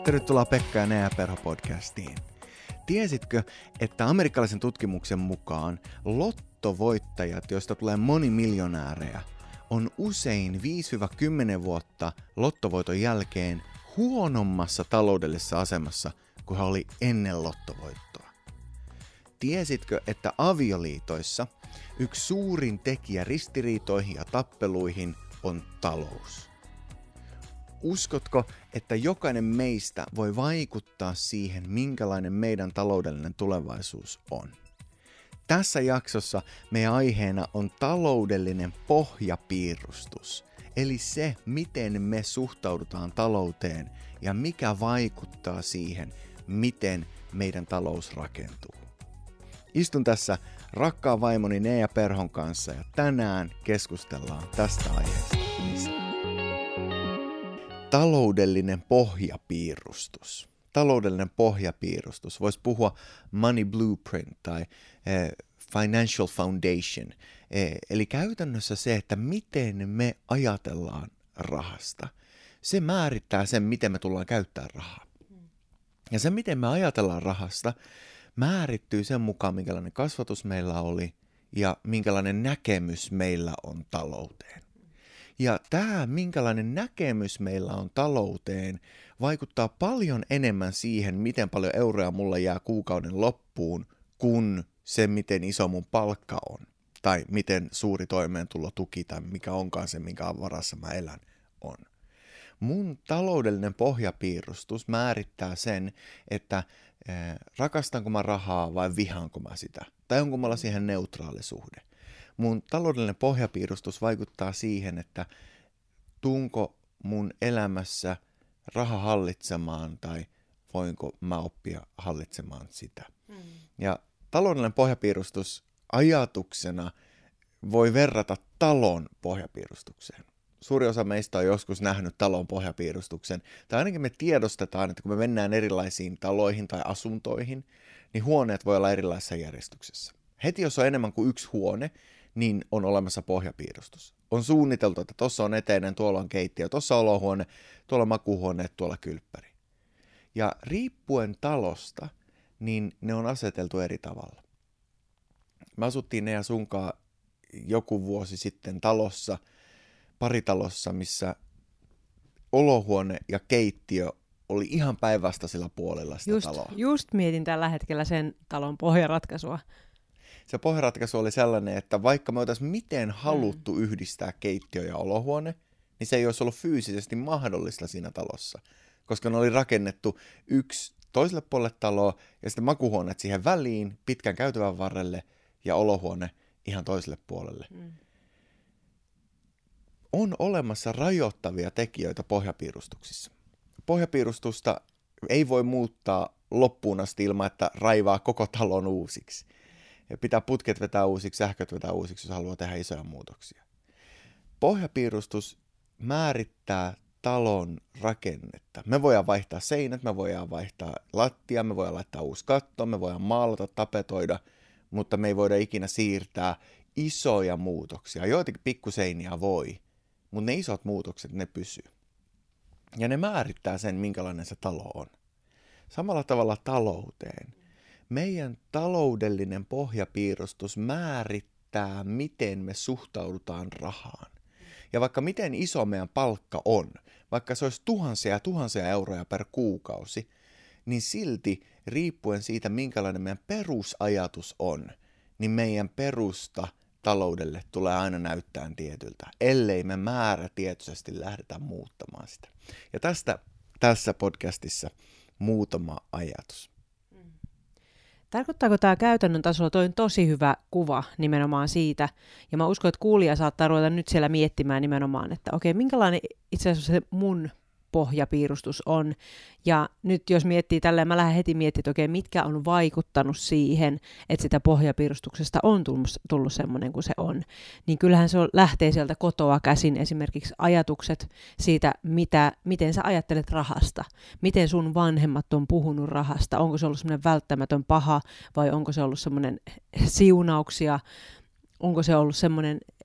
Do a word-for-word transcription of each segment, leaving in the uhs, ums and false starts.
Tervetuloa Pekka ja Nea Perho-podcastiin. Tiesitkö, että amerikkalaisen tutkimuksen mukaan lottovoittajat, joista tulee monimiljonäärejä, on usein viisi kymmenen vuotta lottovoiton jälkeen huonommassa taloudellisessa asemassa kuin he oli ennen lottovoittoa? Tiesitkö, että avioliitoissa yksi suurin tekijä ristiriitoihin ja tappeluihin on talous? Uskotko, että jokainen meistä voi vaikuttaa siihen, minkälainen meidän taloudellinen tulevaisuus on? Tässä jaksossa meidän aiheena on taloudellinen pohjapiirustus, eli se, miten me suhtaudutaan talouteen ja mikä vaikuttaa siihen, miten meidän talous rakentuu. Istun tässä rakkaan vaimoni Nea Perhon kanssa ja tänään keskustellaan tästä aiheesta. Taloudellinen pohjapiirustus. Taloudellinen pohjapiirustus. Voisi puhua money blueprint tai eh, financial foundation. Eh, eli käytännössä se, että miten me ajatellaan rahasta. Se määrittää sen, miten me tullaan käyttämään rahaa. Ja se, miten me ajatellaan rahasta, määrittyy sen mukaan, minkälainen kasvatus meillä oli ja minkälainen näkemys meillä on talouteen. Ja tämä, minkälainen näkemys meillä on talouteen, vaikuttaa paljon enemmän siihen, miten paljon euroja mulla jää kuukauden loppuun, kuin se, miten iso mun palkka on. Tai miten suuri toimeentulotuki tai mikä onkaan se, minkä varassa mä elän, on. Mun taloudellinen pohjapiirustus määrittää sen, että eh, rakastanko mä rahaa vai vihaanko mä sitä. Tai onko mulla siihen neutraali suhde. Mun taloudellinen pohjapiirustus vaikuttaa siihen, että tuunko mun elämässä raha hallitsemaan tai voinko mä oppia hallitsemaan sitä. Mm. Ja taloudellinen pohjapiirustus ajatuksena voi verrata talon pohjapiirustukseen. Suuri osa meistä on joskus nähnyt talon pohjapiirustuksen, tai ainakin me tiedostetaan, että kun me mennään erilaisiin taloihin tai asuntoihin, niin huoneet voi olla erilaisessa järjestyksessä. Heti jos on enemmän kuin yksi huone, niin on olemassa pohjapiirustus. On suunniteltu, että tuossa on eteinen, tuolla on keittiö, tuossa on olohuone, tuolla makuuhuone, tuolla kylppäri. Ja riippuen talosta, niin ne on aseteltu eri tavalla. Me asuttiin ne ja sunkaan joku vuosi sitten talossa, paritalossa, missä olohuone ja keittiö oli ihan päinvastaisilla puolilla sitä just, taloa. Just mietin tällä hetkellä sen talon pohjaratkaisua. Se pohjaratkaisu oli sellainen, että vaikka me oltaisiin miten haluttu mm. yhdistää keittiö ja olohuone, niin se ei olisi ollut fyysisesti mahdollista siinä talossa, koska ne oli rakennettu yksi toiselle puolelle taloa ja sitten makuuhuoneet siihen väliin, pitkän käytävän varrelle ja olohuone ihan toiselle puolelle. Mm. On olemassa rajoittavia tekijöitä pohjapiirustuksissa. Pohjapiirustusta ei voi muuttaa loppuun asti ilman, että raivaa koko talon uusiksi. Ja pitää putket vetää uusiksi, sähköt vetää uusiksi, jos haluaa tehdä isoja muutoksia. Pohjapiirustus määrittää talon rakennetta. Me voidaan vaihtaa seinät, me voidaan vaihtaa lattia, me voidaan laittaa uusi katto, me voidaan maalata, tapetoida, mutta me ei voida ikinä siirtää isoja muutoksia. Joitakin pikkuseiniä voi, mutta ne isot muutokset, ne pysyy. Ja ne määrittää sen, minkälainen se talo on. Samalla tavalla talouteen. Meidän taloudellinen pohjapiirustus määrittää, miten me suhtaudutaan rahaan. Ja vaikka miten iso meidän palkka on, vaikka se olisi tuhansia ja tuhansia euroja per kuukausi, niin silti riippuen siitä, minkälainen meidän perusajatus on, niin meidän perusta taloudelle tulee aina näyttämään tietyltä, ellei me määrätietoisesti lähdetä muuttamaan sitä. Ja tästä tässä podcastissa muutama ajatus. Tarkoittaako tämä käytännön tasolla, toi on tosi hyvä kuva nimenomaan siitä, ja mä uskon, että kuulija saattaa ruveta nyt siellä miettimään nimenomaan, että okei, minkälainen itse asiassa se mun pohjapiirustus on, ja nyt jos miettii tälleen, mä lähden heti miettimään, että okei, mitkä on vaikuttanut siihen, että sitä pohjapiirustuksesta on tullut, tullut semmoinen kuin se on, niin kyllähän se on, lähtee sieltä kotoa käsin, esimerkiksi ajatukset siitä, mitä, miten sä ajattelet rahasta, miten sun vanhemmat on puhunut rahasta, onko se ollut semmoinen välttämätön paha, vai onko se ollut semmoinen siunauksia, onko se ollut semmoinen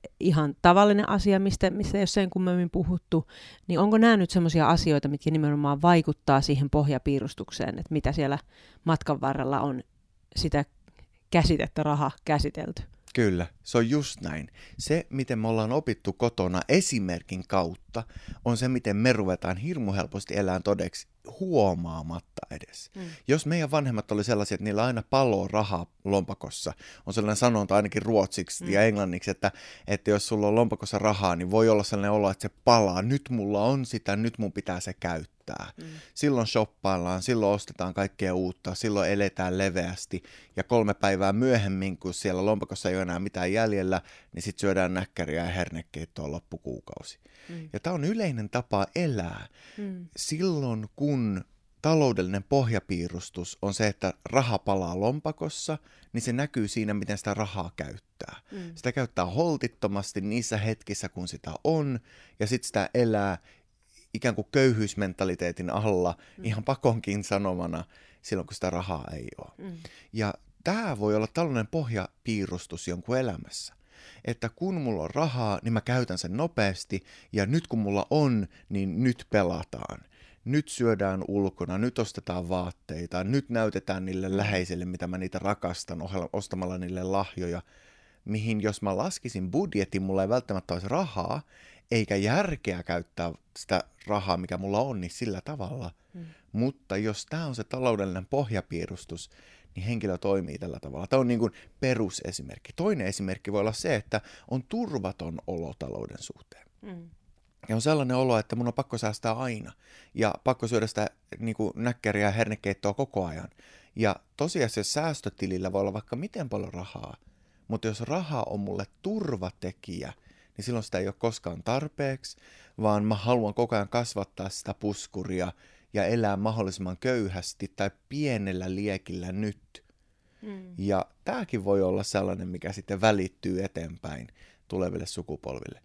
ihan tavallinen asia, mistä, mistä ei ole sen kummemmin puhuttu, niin onko nämä nyt sellaisia asioita, mitkä nimenomaan vaikuttaa siihen pohjapiirustukseen, että mitä siellä matkan varrella on sitä käsitettä raha käsitelty? Kyllä, se on just näin. Se, miten me ollaan opittu kotona esimerkin kautta, on se, miten me ruvetaan hirmu helposti elämään todeksi huomaamatta edes. Mm. Jos meidän vanhemmat oli sellaisia, että niillä aina paloo rahaa lompakossa, on sellainen sanonta ainakin ruotsiksi mm. ja englanniksi, että, että jos sulla on lompakossa rahaa, niin voi olla sellainen olo, että se palaa. Nyt mulla on sitä, nyt mun pitää se käyttää. Mm. Silloin shoppaillaan, silloin ostetaan kaikkea uutta, silloin eletään leveästi ja kolme päivää myöhemmin, kun siellä lompakossa ei ole enää mitään jäljellä, niin sitten syödään näkkäriä ja hernekeittoa loppukuukausi. Mm. Ja tämä on yleinen tapa elää. Mm. Silloin, kun taloudellinen pohjapiirustus on se, että raha palaa lompakossa, niin se näkyy siinä, miten sitä rahaa käyttää. Mm. Sitä käyttää holtittomasti niissä hetkissä, kun sitä on, ja sitten sitä elää ikään kuin köyhyysmentaliteetin alla, mm. ihan pakonkin sanomana, silloin kun sitä rahaa ei ole. Mm. Ja tämä voi olla tällainen pohjapiirustus jonkun elämässä. Että kun mulla on rahaa, niin mä käytän sen nopeasti, ja nyt kun mulla on, niin nyt pelataan. Nyt syödään ulkona, nyt ostetaan vaatteita, nyt näytetään niille läheisille, mitä mä niitä rakastan, ostamalla niille lahjoja, mihin jos mä laskisin budjetin, mulla ei välttämättä olisi rahaa, eikä järkeä käyttää sitä rahaa, mikä mulla on, niin sillä tavalla. Mm. Mutta jos tämä on se taloudellinen pohjapiirustus, niin henkilö toimii tällä tavalla. Tämä on niin kuin perusesimerkki. Toinen esimerkki voi olla se, että on turvaton olo talouden suhteen. Mm. Ja on sellainen olo, että mun on pakko säästää aina. Ja pakko syödä sitä niin kuin näkkäriä ja hernekeittoa koko ajan. Ja tosiasiassa säästötilillä voi olla vaikka miten paljon rahaa. Mutta jos raha on mulle turvatekijä, niin silloin sitä ei ole koskaan tarpeeksi, vaan mä haluan koko ajan kasvattaa sitä puskuria ja elää mahdollisimman köyhästi tai pienellä liekillä nyt. Mm. Ja tämäkin voi olla sellainen, mikä sitten välittyy eteenpäin tuleville sukupolville.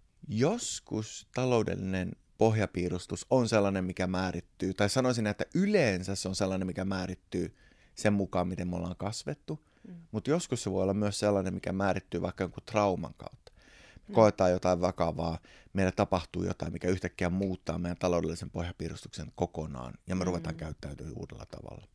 Joskus taloudellinen pohjapiirustus on sellainen, mikä määrittyy, tai sanoisin, että yleensä se on sellainen, mikä määrittyy sen mukaan, miten me ollaan kasvettu, mm. mutta joskus se voi olla myös sellainen, mikä määrittyy vaikka jonkun trauman kautta. Mm. Koetaan jotain vakavaa, meillä tapahtuu jotain, mikä yhtäkkiä muuttaa meidän taloudellisen pohjapiirustuksen kokonaan, ja me mm. ruvetaan käyttäytymään uudella tavalla.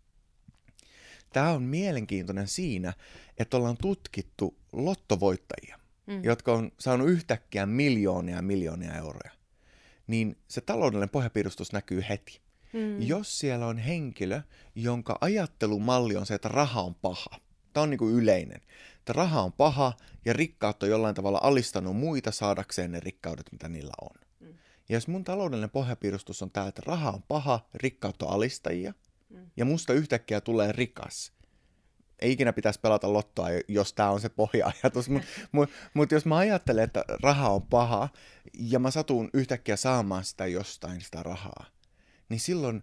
Tämä on mielenkiintoinen siinä, että ollaan tutkittu lottovoittajia, mm. jotka on saanut yhtäkkiä miljoonia ja miljoonia euroja. Niin se taloudellinen pohjapiirustus näkyy heti. Mm. Jos siellä on henkilö, jonka ajattelumalli on se, että raha on paha. Tämä on niin kuin yleinen. Että raha on paha ja rikkaat on jollain tavalla alistanut muita saadakseen ne rikkaudet, mitä niillä on. Mm. Ja jos mun taloudellinen pohjapiirustus on tämä, että raha on paha, rikkaat on alistajia, mm. ja musta yhtäkkiä tulee rikas. Ei ikinä pitäisi pelata lottoa, jos tämä on se pohja-ajatus. Mutta mut, mut jos mä ajattelen, että raha on paha, ja mä satun yhtäkkiä saamaan sitä jostain sitä rahaa, niin silloin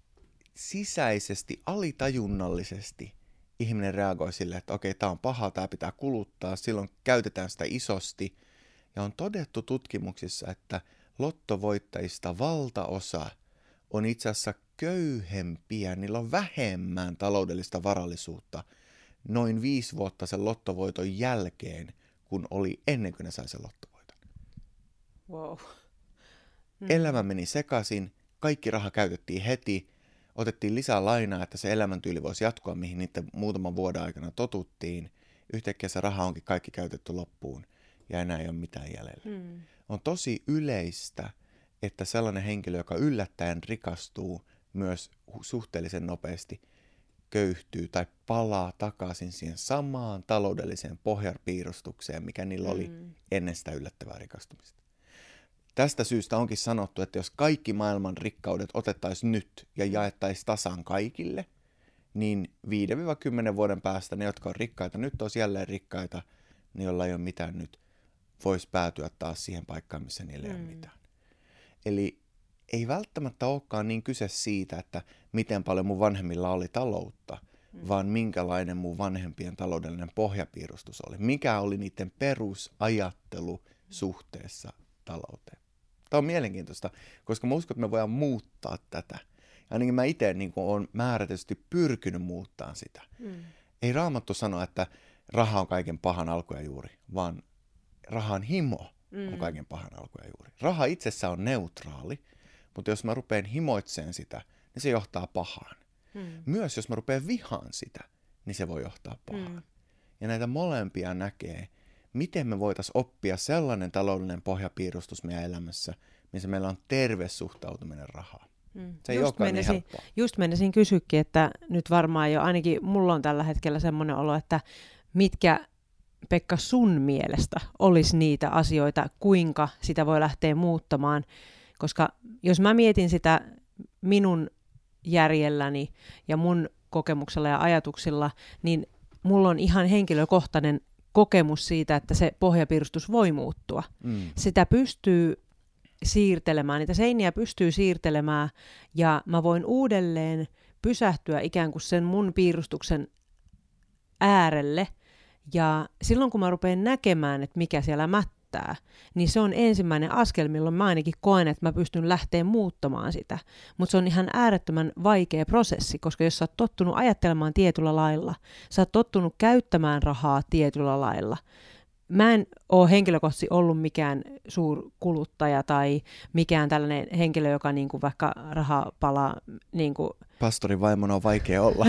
sisäisesti, alitajunnallisesti ihminen reagoi silleen, että okei, tämä on paha, tämä pitää kuluttaa, silloin käytetään sitä isosti. Ja on todettu tutkimuksissa, että lottovoittajista valtaosa on itse asiassa köyhempiä, niillä on vähemmän taloudellista varallisuutta noin viisi vuotta sen lottovoiton jälkeen, kun oli ennen kuin ne sai sen lottovoiton. Wow. Mm. Elämä meni sekaisin, kaikki raha käytettiin heti, otettiin lisää lainaa, että se elämäntyyli voisi jatkua, mihin niiden muutaman vuoden aikana totuttiin. Yhtäkkiä se raha onkin kaikki käytetty loppuun ja enää ei ole mitään jäljellä. Mm. On tosi yleistä, että sellainen henkilö, joka yllättäen rikastuu, myös suhteellisen nopeasti köyhtyy tai palaa takaisin siihen samaan taloudelliseen pohjapiirustukseen, mikä niillä oli mm. ennen sitä yllättävää rikastumista. Tästä syystä onkin sanottu, että jos kaikki maailman rikkaudet otettaisiin nyt ja jaettaisiin tasan kaikille, niin viidestä kymmeneen vuoden päästä ne, jotka on rikkaita nyt, olisi jälleen rikkaita, niin joilla ei ole mitään nyt, voisi päätyä taas siihen paikkaan, missä niillä ei mm. ole mitään. Eli ei välttämättä olekaan niin kyse siitä, että miten paljon mun vanhemmilla oli taloutta, mm. vaan minkälainen mun vanhempien taloudellinen pohjapiirustus oli. Mikä oli niiden perusajattelu suhteessa talouteen. Tämä on mielenkiintoista, koska mä uskon, että me voidaan muuttaa tätä. Ja ainakin mä itse niin olen määrätysti pyrkinyt muuttaa sitä. Mm. Ei Raamattu sano, että raha on kaiken pahan alku ja juuri, vaan rahan himo Mm. on kaiken pahan alku ja juuri. Raha itsessään on neutraali, mutta jos mä rupean himoitseen sitä, niin se johtaa pahaan. Mm. Myös jos mä rupean vihaan sitä, niin se voi johtaa pahaan. Mm. Ja näitä molempia näkee, miten me voitaisiin oppia sellainen taloudellinen pohjapiirustus meidän elämässä, missä meillä on terve suhtautuminen rahaan. Mm. Se ei just olekaan menisin, niin helppoa. Just menisin kysyäkin, että nyt varmaan jo ainakin mulla on tällä hetkellä semmoinen olo, että mitkä, Pekka, sun mielestä olisi niitä asioita, kuinka sitä voi lähteä muuttamaan. Koska jos mä mietin sitä minun järjelläni ja mun kokemuksella ja ajatuksilla, niin mulla on ihan henkilökohtainen kokemus siitä, että se pohjapiirustus voi muuttua. Mm. Sitä pystyy siirtelemään, niitä seiniä pystyy siirtelemään ja mä voin uudelleen pysähtyä ikään kuin sen mun piirustuksen äärelle ja silloin kun mä rupean näkemään, että mikä siellä mättää, niin se on ensimmäinen askel, milloin mä ainakin koen, että mä pystyn lähteä muuttamaan sitä. Mutta se on ihan äärettömän vaikea prosessi, koska jos sä oot tottunut ajattelemaan tietyllä lailla, sä oot tottunut käyttämään rahaa tietyllä lailla. Mä en ole henkilökohtaisesti ollut mikään suurkuluttaja tai mikään tällainen henkilö, joka niinku vaikka rahaa palaa. Niinku... Pastorin vaimona on vaikea olla.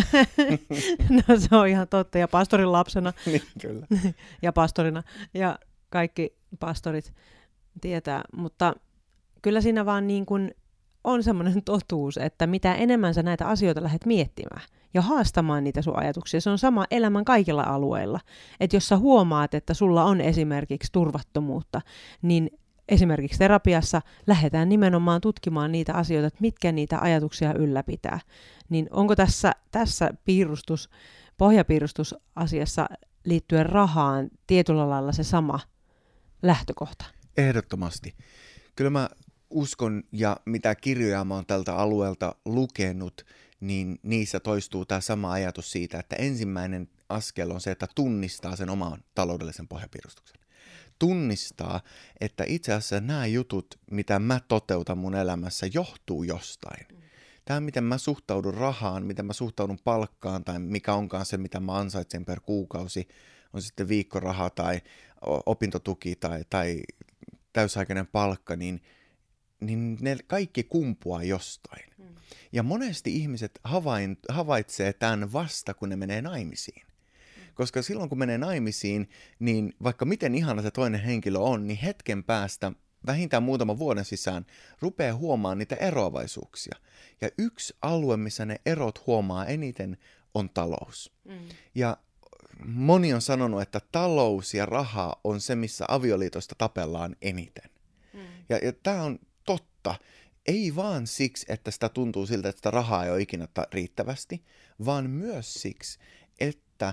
No se on ihan totta, ja pastorin lapsena. Niin, kyllä. Ja pastorina, ja kaikki pastorit tietää, mutta kyllä siinä vaan niin kuin on semmoinen totuus, että mitä enemmän sä näitä asioita lähdet miettimään ja haastamaan niitä sun ajatuksia, se on sama elämän kaikilla alueilla. Että jos sä huomaat, että sulla on esimerkiksi turvattomuutta, niin esimerkiksi terapiassa lähdetään nimenomaan tutkimaan niitä asioita, että mitkä niitä ajatuksia ylläpitää. Niin onko tässä, tässä piirustus, pohjapiirustusasiassa liittyen rahaan tietyllä lailla se sama lähtökohta? Ehdottomasti. Kyllä mä uskon, ja mitä kirjoja mä oon tältä alueelta lukenut, niin niissä toistuu tämä sama ajatus siitä, että ensimmäinen askel on se, että tunnistaa sen oman taloudellisen pohjapiirustuksen. Tunnistaa, että itse asiassa nämä jutut, mitä mä toteutan mun elämässä, johtuu jostain. Tämä, miten mä suhtaudun rahaan, miten mä suhtaudun palkkaan tai mikä onkaan se, mitä mä ansaitsen per kuukausi, on sitten viikkoraha tai opintotuki tai, tai täysaikainen palkka, niin, niin ne kaikki kumpuaa jostain. Mm. Ja monesti ihmiset havain, havaitsee tämän vasta, kun ne menee naimisiin. Mm. Koska silloin, kun menee naimisiin, niin vaikka miten ihana se toinen henkilö on, niin hetken päästä, vähintään muutaman vuoden sisään, rupeaa huomaamaan niitä eroavaisuuksia. Ja yksi alue, missä ne erot huomaa eniten, on talous. Mm. Ja moni on sanonut, että talous ja raha on se, missä avioliitosta tapellaan eniten. Mm. Ja, ja tämä on totta. Ei vaan siksi, että sitä tuntuu siltä, että sitä rahaa ei ole ikinä riittävästi, vaan myös siksi, että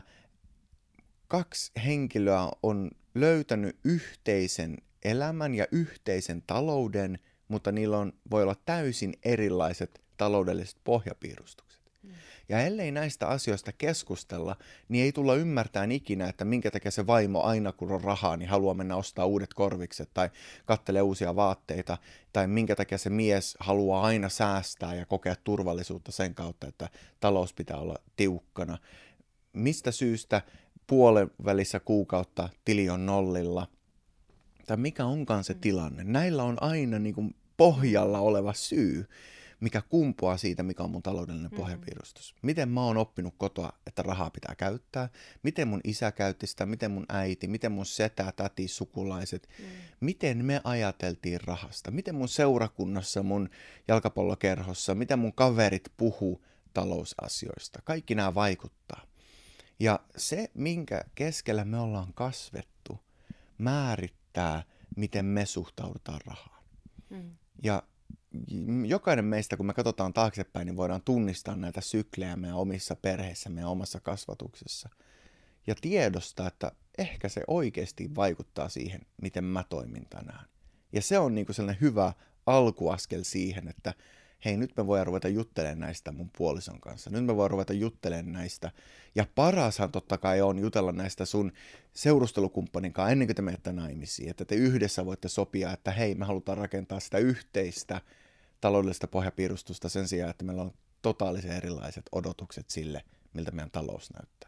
kaksi henkilöä on löytänyt yhteisen elämän ja yhteisen talouden, mutta niillä on, voi olla täysin erilaiset taloudelliset pohjapiirustukset. Mm. Ja ellei näistä asioista keskustella, niin ei tulla ymmärtämään ikinä, että minkä takia se vaimo aina kun on rahaa, niin haluaa mennä ostaa uudet korvikset tai kattelee uusia vaatteita, tai minkä takia se mies haluaa aina säästää ja kokea turvallisuutta sen kautta, että talous pitää olla tiukkana. Mistä syystä puolen välissä kuukautta tili on nollilla, tai mikä onkaan se tilanne. Näillä on aina niin kuin pohjalla oleva syy, mikä kumpuaa siitä, mikä on mun taloudellinen pohjapiirustus. Miten mä oon oppinut kotoa, että rahaa pitää käyttää, miten mun isä käytti sitä, miten mun äiti, miten mun setä, täti, sukulaiset, mm. miten me ajateltiin rahasta, miten mun seurakunnassa, mun jalkapallokerhossa, miten mun kaverit puhuu talousasioista. Kaikki nämä vaikuttaa. Ja se, minkä keskellä me ollaan kasvettu, määrittää, miten me suhtaudutaan rahaan. Mm. Ja jokainen meistä, kun me katsotaan taaksepäin, niin voidaan tunnistaa näitä syklejä meidän omissa perheissä, meidän omassa kasvatuksessa. Ja tiedostaa, että ehkä se oikeasti vaikuttaa siihen, miten mä toimin tänään. Ja se on niin kuin sellainen hyvä alkuaskel siihen, että hei, nyt me voidaan ruveta juttelemaan näistä mun puolison kanssa. Nyt me voidaan ruveta juttelemaan näistä. Ja parashan totta kai on jutella näistä sun seurustelukumppanin kanssa ennen kuin te menette naimisiin. Että te yhdessä voitte sopia, että hei, me halutaan rakentaa sitä yhteistä taloudellista pohjapiirustusta sen sijaan, että meillä on totaalisen erilaiset odotukset sille, miltä meidän talous näyttää.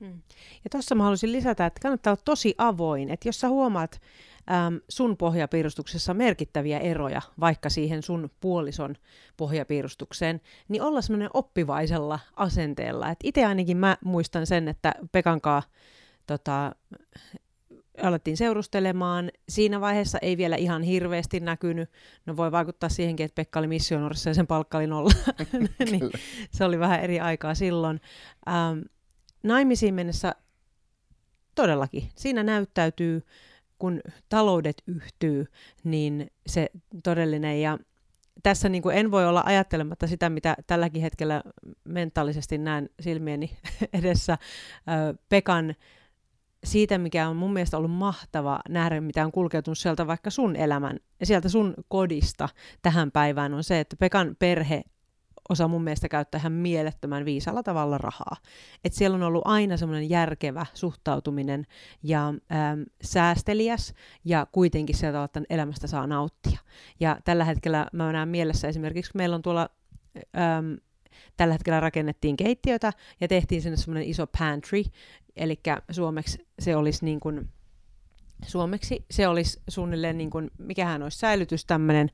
Hmm. Ja tuossa mä haluaisin lisätä, että kannattaa olla tosi avoin, että jos sä huomaat äm, sun pohjapiirustuksessa merkittäviä eroja, vaikka siihen sun puolison pohjapiirustukseen, niin olla semmoinen oppivaisella asenteella. Et itse ainakin mä muistan sen, että Pekankaa tota, alettiin seurustelemaan. Siinä vaiheessa ei vielä ihan hirveästi näkynyt. No voi vaikuttaa siihenkin, että Pekka oli missionuorissa ja sen palkka oli nolla. niin se oli vähän eri aikaa silloin. Ähm, naimisiin mennessä todellakin. Siinä näyttäytyy, kun taloudet yhtyy, niin se todellinen. Ja tässä niin kuin en voi olla ajattelematta sitä, mitä tälläkin hetkellä mentaalisesti näen silmieni edessä äh, Pekan siitä, mikä on mun mielestä ollut mahtava nähdä, mitä on kulkeutunut sieltä vaikka sun elämän, sieltä sun kodista tähän päivään, on se, että Pekan perhe osaa mun mielestä käyttää ihan mielettömän viisalla tavalla rahaa. Että siellä on ollut aina semmoinen järkevä suhtautuminen ja äm, säästeliäs ja kuitenkin sieltä että elämästä saa nauttia. Ja tällä hetkellä mä näen mielessä esimerkiksi, kun meillä on tuolla äm, tällä hetkellä rakennettiin keittiötä ja tehtiin sinne semmoinen iso pantry, eli suomeksi se olisi niin kuin, suomeksi se olisi suunnilleen niin kuin, mikähän olisi säilytys, tämmöinen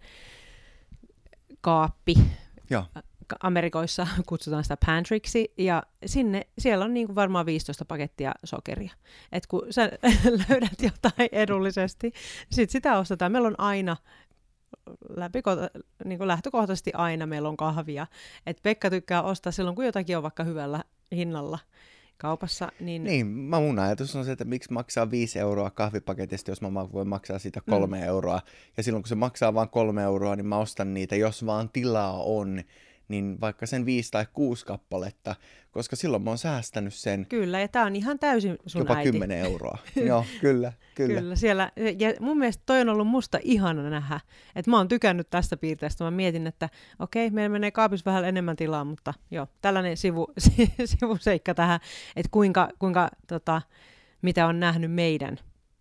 kaappi. Joo. Amerikoissa kutsutaan sitä pantryksi, ja sinne, siellä on niin kuin varmaan viisitoista pakettia sokeria. Et kun sä löydät jotain edullisesti, sit sitä ostetaan. Meillä on aina läpikota, niin kuin lähtökohtaisesti aina meillä on kahvia. Et Pekka tykkää ostaa silloin, kun jotakin on vaikka hyvällä hinnalla kaupassa. Niin, niin mä mun ajatus on se, että miksi maksaa viisi euroa kahvipaketista, jos mä voin maksaa siitä kolme mm. euroa. Ja silloin, kun se maksaa vain kolme euroa, niin mä ostan niitä, jos vaan tilaa on, niin vaikka sen viisi tai kuusi kappaletta, koska silloin mä oon säästänyt sen. Kyllä, ja tää on ihan täysin sun jopa äiti. Jopa kymmenen euroa. Joo, kyllä, kyllä. Kyllä, siellä, ja mun mielestä toi on ollut musta ihana nähdä, että mä oon tykännyt tästä piirteestä. Mä mietin, että okei, meillä menee kaapissa vähän enemmän tilaa, mutta joo, tällainen sivu, sivuseikka tähän, että kuinka, kuinka tota, mitä on nähnyt meidän,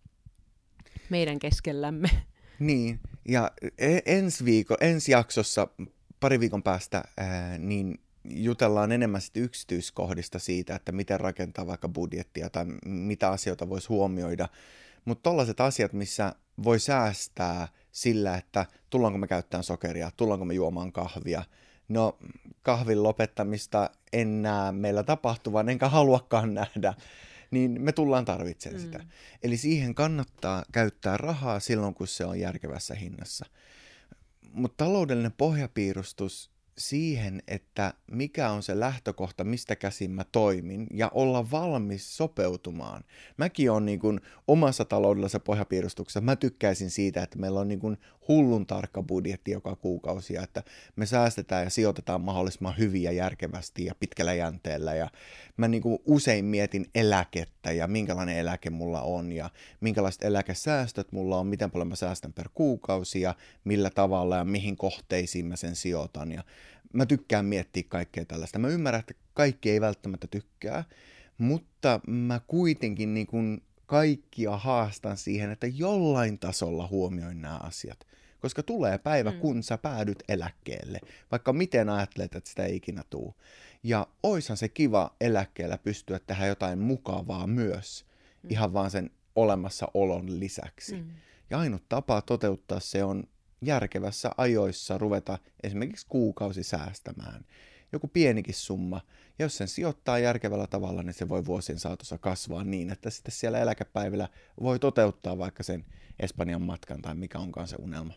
meidän keskellämme. Niin, ja ensi viikon, ensi jaksossa, pari viikon päästä, ää, niin jutellaan enemmän sit yksityiskohdista siitä, että miten rakentaa vaikka budjettia tai mitä asioita voisi huomioida. Mutta tollaiset asiat, missä voi säästää sillä, että tullaanko me käyttämään sokeria, tullaanko me juomaan kahvia. No, kahvin lopettamista en näe meillä tapahtuvan, enkä haluakaan nähdä, niin me tullaan tarvitsemaan sitä. Mm. Eli siihen kannattaa käyttää rahaa silloin, kun se on järkevässä hinnassa. Mutta taloudellinen pohjapiirustus siihen, että mikä on se lähtökohta, mistä käsin mä toimin, ja olla valmis sopeutumaan. Mäkin olen niin kuin omassa taloudellisessa pohjapiirustuksessa, mä tykkäisin siitä, että meillä on niin kuin hullun tarkka budjetti joka kuukausi, ja että me säästetään ja sijoitetaan mahdollisimman hyvin ja järkevästi ja pitkällä jänteellä. Ja mä niin kuin usein mietin eläkettä ja minkälainen eläke mulla on ja minkälaiset eläkesäästöt mulla on, miten paljon mä säästän per kuukausi ja millä tavalla ja mihin kohteisiin mä sen sijoitan. Ja mä tykkään miettiä kaikkea tällaista. Mä ymmärrän, että kaikki ei välttämättä tykkää, mutta mä kuitenkin niin kuin kaikkia haastan siihen, että jollain tasolla huomioin nämä asiat. Koska tulee päivä, mm. kun sä päädyt eläkkeelle, vaikka miten ajattelet, että sitä ei ikinä tuu. Ja oishan se kiva eläkkeellä pystyä tehdä jotain mukavaa myös, mm. ihan vaan sen olemassaolon lisäksi. Mm. Ja ainut tapa toteuttaa se on järkevässä ajoissa ruveta esimerkiksi kuukausi säästämään. Joku pienikin summa. Ja jos sen sijoittaa järkevällä tavalla, niin se voi vuosien saatossa kasvaa niin, että sitten siellä eläkepäivillä voi toteuttaa vaikka sen Espanjan matkan tai mikä onkaan se unelma.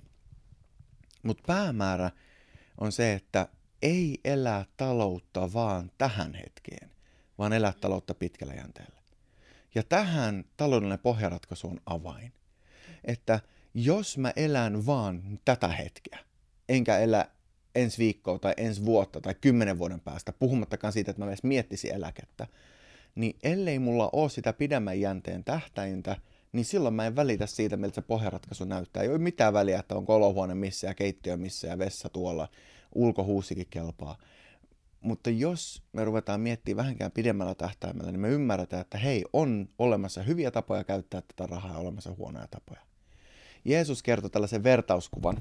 Mutta päämäärä on se, että ei elää taloutta vaan tähän hetkeen, vaan elää taloutta pitkällä jänteellä. Ja tähän taloudellinen pohjaratkaisu on avain. Että jos mä elän vaan tätä hetkeä, enkä elä ensi viikkoa tai ensi vuotta tai kymmenen vuoden päästä, puhumattakaan siitä, että mä edes miettisin eläkettä, niin ellei mulla ole sitä pidemmän jänteen tähtäintä, niin silloin mä en välitä siitä, miltä se pohjaratkaisu näyttää. Ei ole mitään väliä, että on olohuone missä ja keittiö missä ja vessa tuolla, ulkohuusikin kelpaa. Mutta jos me ruvetaan miettimään vähänkään pidemmällä tähtäimellä, niin me ymmärretään, että hei, on olemassa hyviä tapoja käyttää tätä rahaa ja olemassa huonoja tapoja. Jeesus kertoi tällaisen vertauskuvan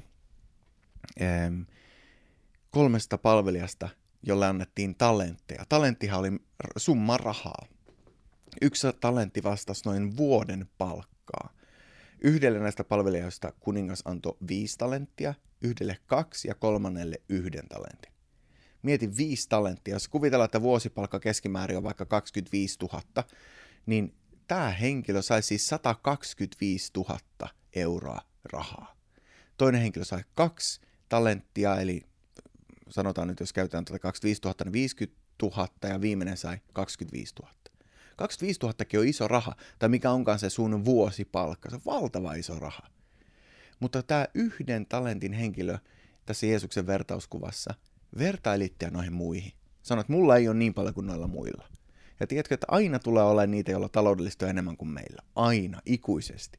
ähm, kolmesta palvelijasta, jolle annettiin talentteja. Talenttihan oli summa rahaa. Yksi talentti vastasi noin vuoden palkkaa. Yhdelle näistä palvelijoista kuningas antoi viisi talenttia, yhdelle kaksi ja kolmannelle yhden talentin. Mieti viisi talenttia. Jos kuvitellaan, että vuosipalkka keskimäärin on vaikka kaksikymmentäviisituhatta, niin tämä henkilö sai siis sata kaksikymmentäviisituhatta euroa rahaa. Toinen henkilö sai kaksi talenttia, eli sanotaan nyt, jos käytetään tuota kaksikymmentäviisituhatta, niin viisikymmentätuhatta ja viimeinen sai kaksikymmentäviisituhatta. kaksikymmentäviisituhattakin on iso raha, tai mikä onkaan se sun vuosipalkka, se on valtava iso raha. Mutta tämä yhden talentin henkilö tässä Jeesuksen vertauskuvassa vertaili itseään noihin muihin. Sanoi, että mulla ei ole niin paljon kuin noilla muilla. Ja tiedätkö, että aina tulee olemaan niitä, joilla taloudellista on enemmän kuin meillä. Aina, ikuisesti.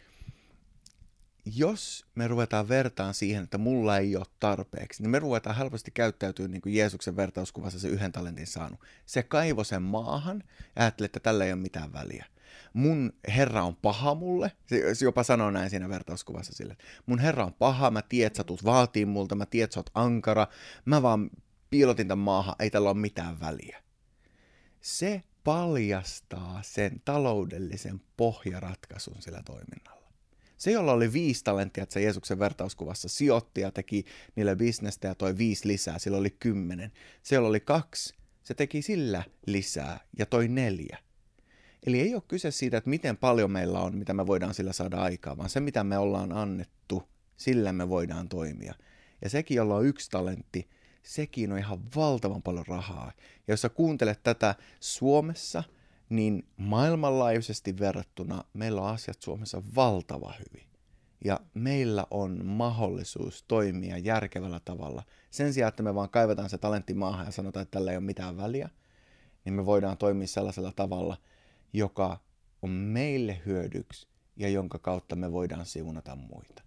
Jos me ruvetaan vertaan siihen, että mulla ei ole tarpeeksi, niin me ruvetaan helposti käyttäytyä niin kuin Jeesuksen vertauskuvassa se yhden talentin saanut. Se kaivoi sen maahan ja ajatteli, että tällä ei ole mitään väliä. Mun Herra on paha mulle, se jopa sanoo näin siinä vertauskuvassa sille, että mun Herra on paha, mä tiedän, että sä tulet vaatii multa, mä tiedän, että sä oot ankara, mä vaan piilotin tämän maahan, ei tällä ole mitään väliä. Se paljastaa sen taloudellisen pohjaratkaisun sillä toiminnalla. Se, jolla oli viisi talenttia, että se Jeesuksen vertauskuvassa sijoitti ja teki niille bisnestä ja toi viisi lisää, sillä oli kymmenen. Se, jolla oli kaksi, se teki sillä lisää ja toi neljä. Eli ei ole kyse siitä, että miten paljon meillä on, mitä me voidaan sillä saada aikaa, vaan se, mitä me ollaan annettu, sillä me voidaan toimia. Ja sekin, jolla on yksi talentti, sekin on ihan valtavan paljon rahaa. Ja jos sä kuuntelet tätä Suomessa, niin maailmanlaajuisesti verrattuna meillä on asiat Suomessa valtava hyvin. Ja meillä on mahdollisuus toimia järkevällä tavalla. Sen sijaan, että me vaan kaivetaan se talentti maahan ja sanotaan, että tällä ei ole mitään väliä, niin me voidaan toimia sellaisella tavalla, joka on meille hyödyksi ja jonka kautta me voidaan siunata muita.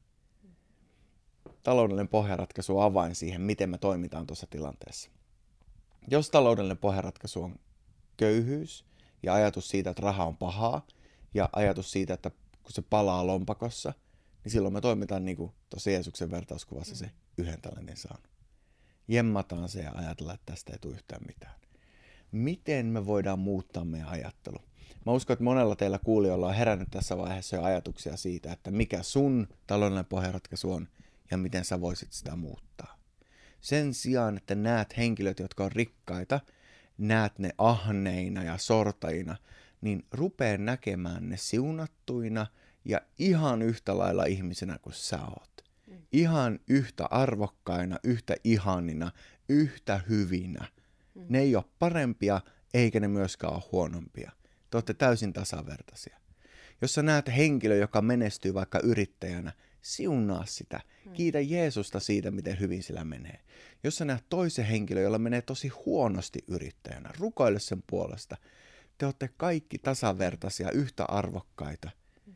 Taloudellinen pohjaratkaisu on avain siihen, miten me toimitaan tuossa tilanteessa. Jos taloudellinen pohjaratkaisu on köyhyys ja ajatus siitä, että raha on pahaa ja ajatus siitä, että kun se palaa lompakossa, niin silloin me toimitaan niin kuin tuossa Jeesuksen vertauskuvassa se yhden talentin saanut. Jemmataan se ja ajatellaan, että tästä ei tule yhtään mitään. Miten me voidaan muuttaa meidän ajattelu? Mä uskon, että monella teillä kuulijoilla on herännyt tässä vaiheessa jo ajatuksia siitä, että mikä sun taloudellinen pohjaratkaisu on ja miten sä voisit sitä muuttaa. Sen sijaan, että näet henkilöt, jotka on rikkaita, näet ne ahneina ja sortajina, niin rupee näkemään ne siunattuina ja ihan yhtä lailla ihmisenä kuin sä oot. Ihan yhtä arvokkaina, yhtä ihanina, yhtä hyvinä. Ne ei ole parempia, eikä ne myöskään ole huonompia. Te olette täysin tasavertaisia. Jos sä näet henkilö, joka menestyy vaikka yrittäjänä, siunaa sitä. Kiitä Jeesusta siitä, miten hyvin sillä menee. Jos sä näet toisen henkilön, jolla menee tosi huonosti yrittäjänä, rukoile sen puolesta. Te olette kaikki tasavertaisia, yhtä arvokkaita.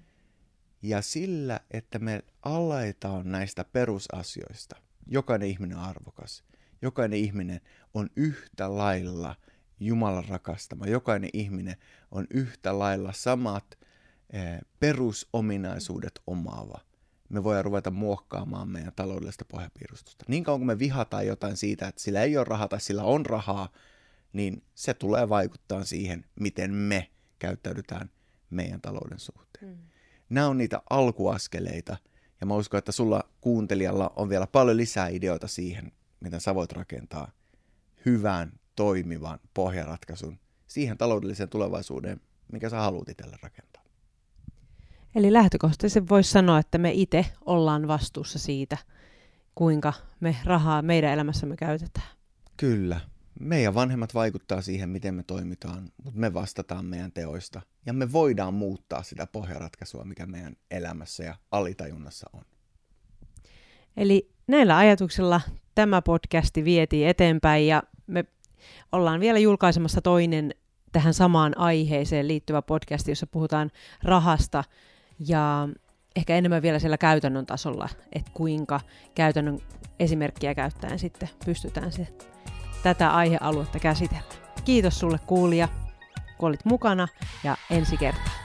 Ja sillä, että me aletaan näistä perusasioista, jokainen ihminen on arvokas. Jokainen ihminen on yhtä lailla Jumalan rakastama. Jokainen ihminen on yhtä lailla samat eh, perusominaisuudet omaava. Me voidaan ruveta muokkaamaan meidän taloudellista pohjapiirustusta. Niin kauan kun me vihataan jotain siitä, että sillä ei ole rahaa tai sillä on rahaa, niin se tulee vaikuttaa siihen, miten me käyttäydytään meidän talouden suhteen. Mm. Nämä on niitä alkuaskeleita, ja mä uskon, että sulla kuuntelijalla on vielä paljon lisää ideoita siihen, miten sä voit rakentaa hyvän, toimivan pohjaratkaisun siihen taloudelliseen tulevaisuuteen, mikä sä haluat itselle rakentaa. Eli lähtökohtaisesti voisi sanoa, että me itse ollaan vastuussa siitä, kuinka me rahaa meidän elämässämme käytetään. Kyllä. Meidän vanhemmat vaikuttaa siihen, miten me toimitaan, mutta me vastataan meidän teoista. Ja me voidaan muuttaa sitä pohjaratkaisua, mikä meidän elämässä ja alitajunnassa on. Eli näillä ajatuksilla tämä podcasti vietiin eteenpäin ja me ollaan vielä julkaisemassa toinen tähän samaan aiheeseen liittyvä podcast, jossa puhutaan rahasta ja ehkä enemmän vielä siellä käytännön tasolla, että kuinka käytännön esimerkkiä käyttäen sitten pystytään se, tätä aihealuetta käsitellä. Kiitos sulle kuulija, kun olit mukana ja ensi kertaa.